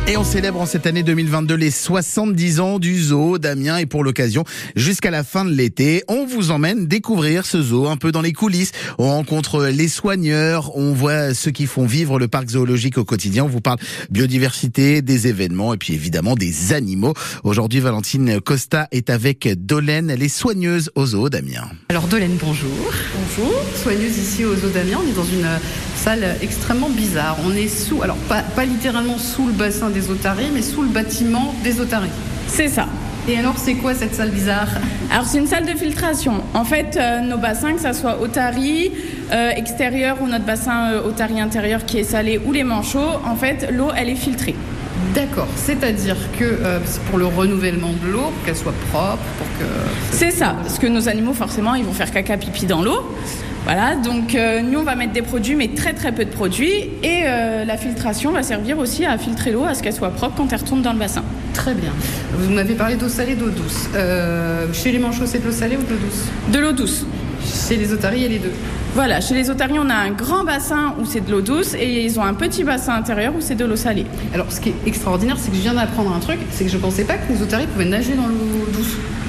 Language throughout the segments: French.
Et on célèbre en cette année 2022 les 70 ans du zoo d'Amiens et pour l'occasion, jusqu'à la fin de l'été, on vous emmène découvrir ce zoo un peu dans les coulisses. On rencontre les soigneurs, on voit ceux qui font vivre le parc zoologique au quotidien. On vous parle biodiversité, des événements et puis évidemment des animaux. Aujourd'hui, Valentine Costa est avec Dolène, elle est soigneuse au zoo d'Amiens. Alors Dolène, bonjour. Bonjour. Soigneuse ici au zoo d'Amiens, on est dans une salle extrêmement bizarre. On est sous, alors pas littéralement sous le bassin des otaries, mais sous le bâtiment des otaries. C'est ça. Et alors, c'est quoi cette salle bizarre ? Alors, c'est une salle de filtration. En fait, nos bassins, que ça soit otarie extérieur ou notre bassin otarie intérieur qui est salé ou les manchots, en fait, l'eau, elle est filtrée. D'accord, c'est-à-dire que c'est pour le renouvellement de l'eau, pour qu'elle soit propre, pour que... C'est ça, parce que nos animaux, forcément, ils vont faire caca pipi dans l'eau. Voilà, donc nous, on va mettre des produits, mais très très peu de produits. Et la filtration va servir aussi à filtrer l'eau, à ce qu'elle soit propre quand elle retourne dans le bassin. Très bien. Vous m'avez parlé d'eau salée, d'eau douce. Chez les manchots, c'est de l'eau salée ou de l'eau douce ? De l'eau douce. Chez les otaries, il y a les deux. Voilà, chez les otaries, on a un grand bassin où c'est de l'eau douce et ils ont un petit bassin intérieur où c'est de l'eau salée. Alors, ce qui est extraordinaire, c'est que je viens d'apprendre un truc, c'est que je ne pensais pas que les otaries pouvaient nager dans l'eau douce.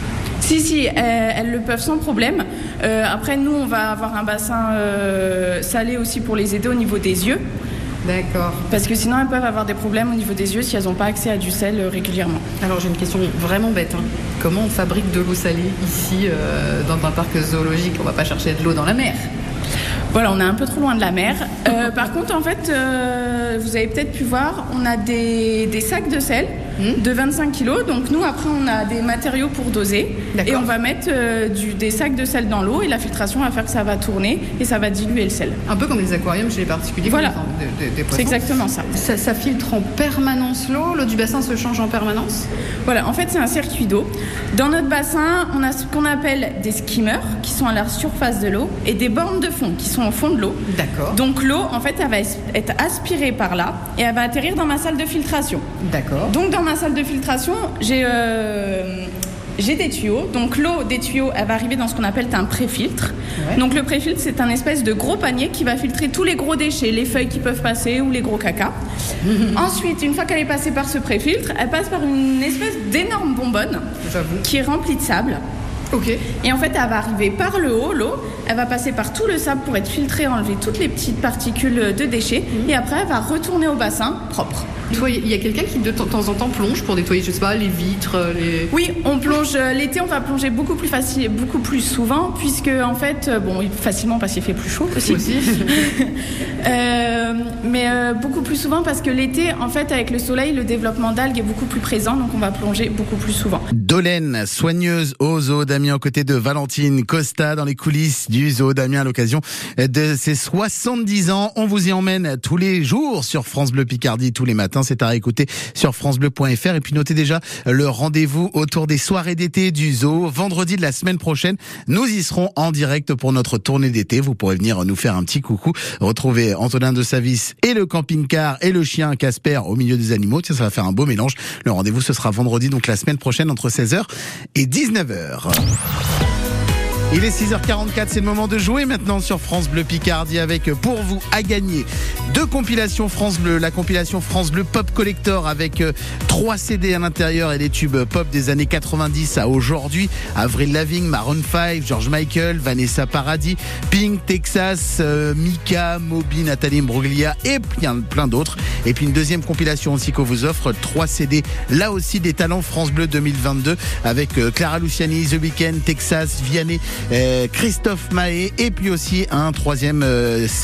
Si, elles le peuvent sans problème. Après, nous, on va avoir un bassin salé aussi pour les aider au niveau des yeux. D'accord. Parce que sinon, elles peuvent avoir des problèmes au niveau des yeux si elles n'ont pas accès à du sel régulièrement. Alors, j'ai une question vraiment bête. Comment on fabrique de l'eau salée ici, dans un parc zoologique ? On ne va pas chercher de l'eau dans la mer. Voilà, on est un peu trop loin de la mer. Par contre, en fait, vous avez peut-être pu voir, on a des sacs de sel de 25 kilos. Donc nous, après, on a des matériaux pour doser. D'accord. Et on va mettre des sacs de sel dans l'eau et la filtration va faire que ça va tourner et ça va diluer le sel. Un peu comme les aquariums chez les particuliers. Voilà, des poissons. c'est exactement ça. Ça filtre en permanence l'eau. L'eau du bassin se change en permanence. Voilà, en fait, c'est un circuit d'eau. Dans notre bassin, on a ce qu'on appelle des skimmers qui sont à la surface de l'eau et des bornes de fond qui sont au fond de l'eau. D'accord. Donc l'eau, en fait, elle va être aspirée par là et elle va atterrir dans ma salle de filtration. D'accord. Donc dans ma salle de filtration, j'ai des tuyaux. Donc l'eau des tuyaux, elle va arriver dans ce qu'on appelle un pré-filtre. Ouais. Donc le pré-filtre, c'est un espèce de gros panier qui va filtrer tous les gros déchets, les feuilles qui peuvent passer ou les gros caca. Ensuite, une fois qu'elle est passée par ce pré-filtre, elle passe par une espèce d'énorme bonbonne qui est remplie de sable. Okay. Et en fait, elle va arriver par le haut, l'eau, elle va passer par tout le sable pour être filtrée, enlever toutes les petites particules de déchets, et après, elle va retourner au bassin propre. Il y a quelqu'un qui de temps en temps plonge pour nettoyer, je sais pas, les vitres, les... Oui, on plonge l'été, on va plonger beaucoup plus facile, beaucoup plus souvent, puisque en fait, facilement parce qu'il fait plus chaud aussi. Mais beaucoup plus souvent parce que l'été, en fait, avec le soleil, le développement d'algues est beaucoup plus présent, donc on va plonger beaucoup plus souvent. Dolène, soigneuse au zoo d'Amiens, aux côtés de Valentine Costa, dans les coulisses du zoo d'Amiens, à l'occasion de ses 70 ans. On vous y emmène tous les jours sur France Bleu Picardie, tous les matins. C'est à réécouter sur francebleu.fr. Et puis notez déjà le rendez-vous autour des soirées d'été du zoo. Vendredi de la semaine prochaine, nous y serons en direct pour notre tournée d'été. Vous pourrez venir nous faire un petit coucou. Retrouver Antonin de Savis et le camping-car et le chien Casper au milieu des animaux. Tiens, ça va faire un beau mélange. Le rendez-vous, ce sera vendredi, donc la semaine prochaine, entre 16h et 19h. Il est 6h44, c'est le moment de jouer maintenant sur France Bleu Picardie avec pour vous à gagner 2 compilations France Bleu, la compilation France Bleu Pop Collector avec 3 CD à l'intérieur et des tubes pop des années 90 à aujourd'hui, Avril Lavigne, Maroon 5, George Michael, Vanessa Paradis, Pink, Texas, Mika, Moby, Nathalie Imbruglia et plein d'autres. Et puis une deuxième compilation aussi qu'on vous offre, 3 CD, là aussi des talents France Bleu 2022 avec Clara Luciani, The Weeknd, Texas, Vianney, Christophe Mahé et puis aussi un troisième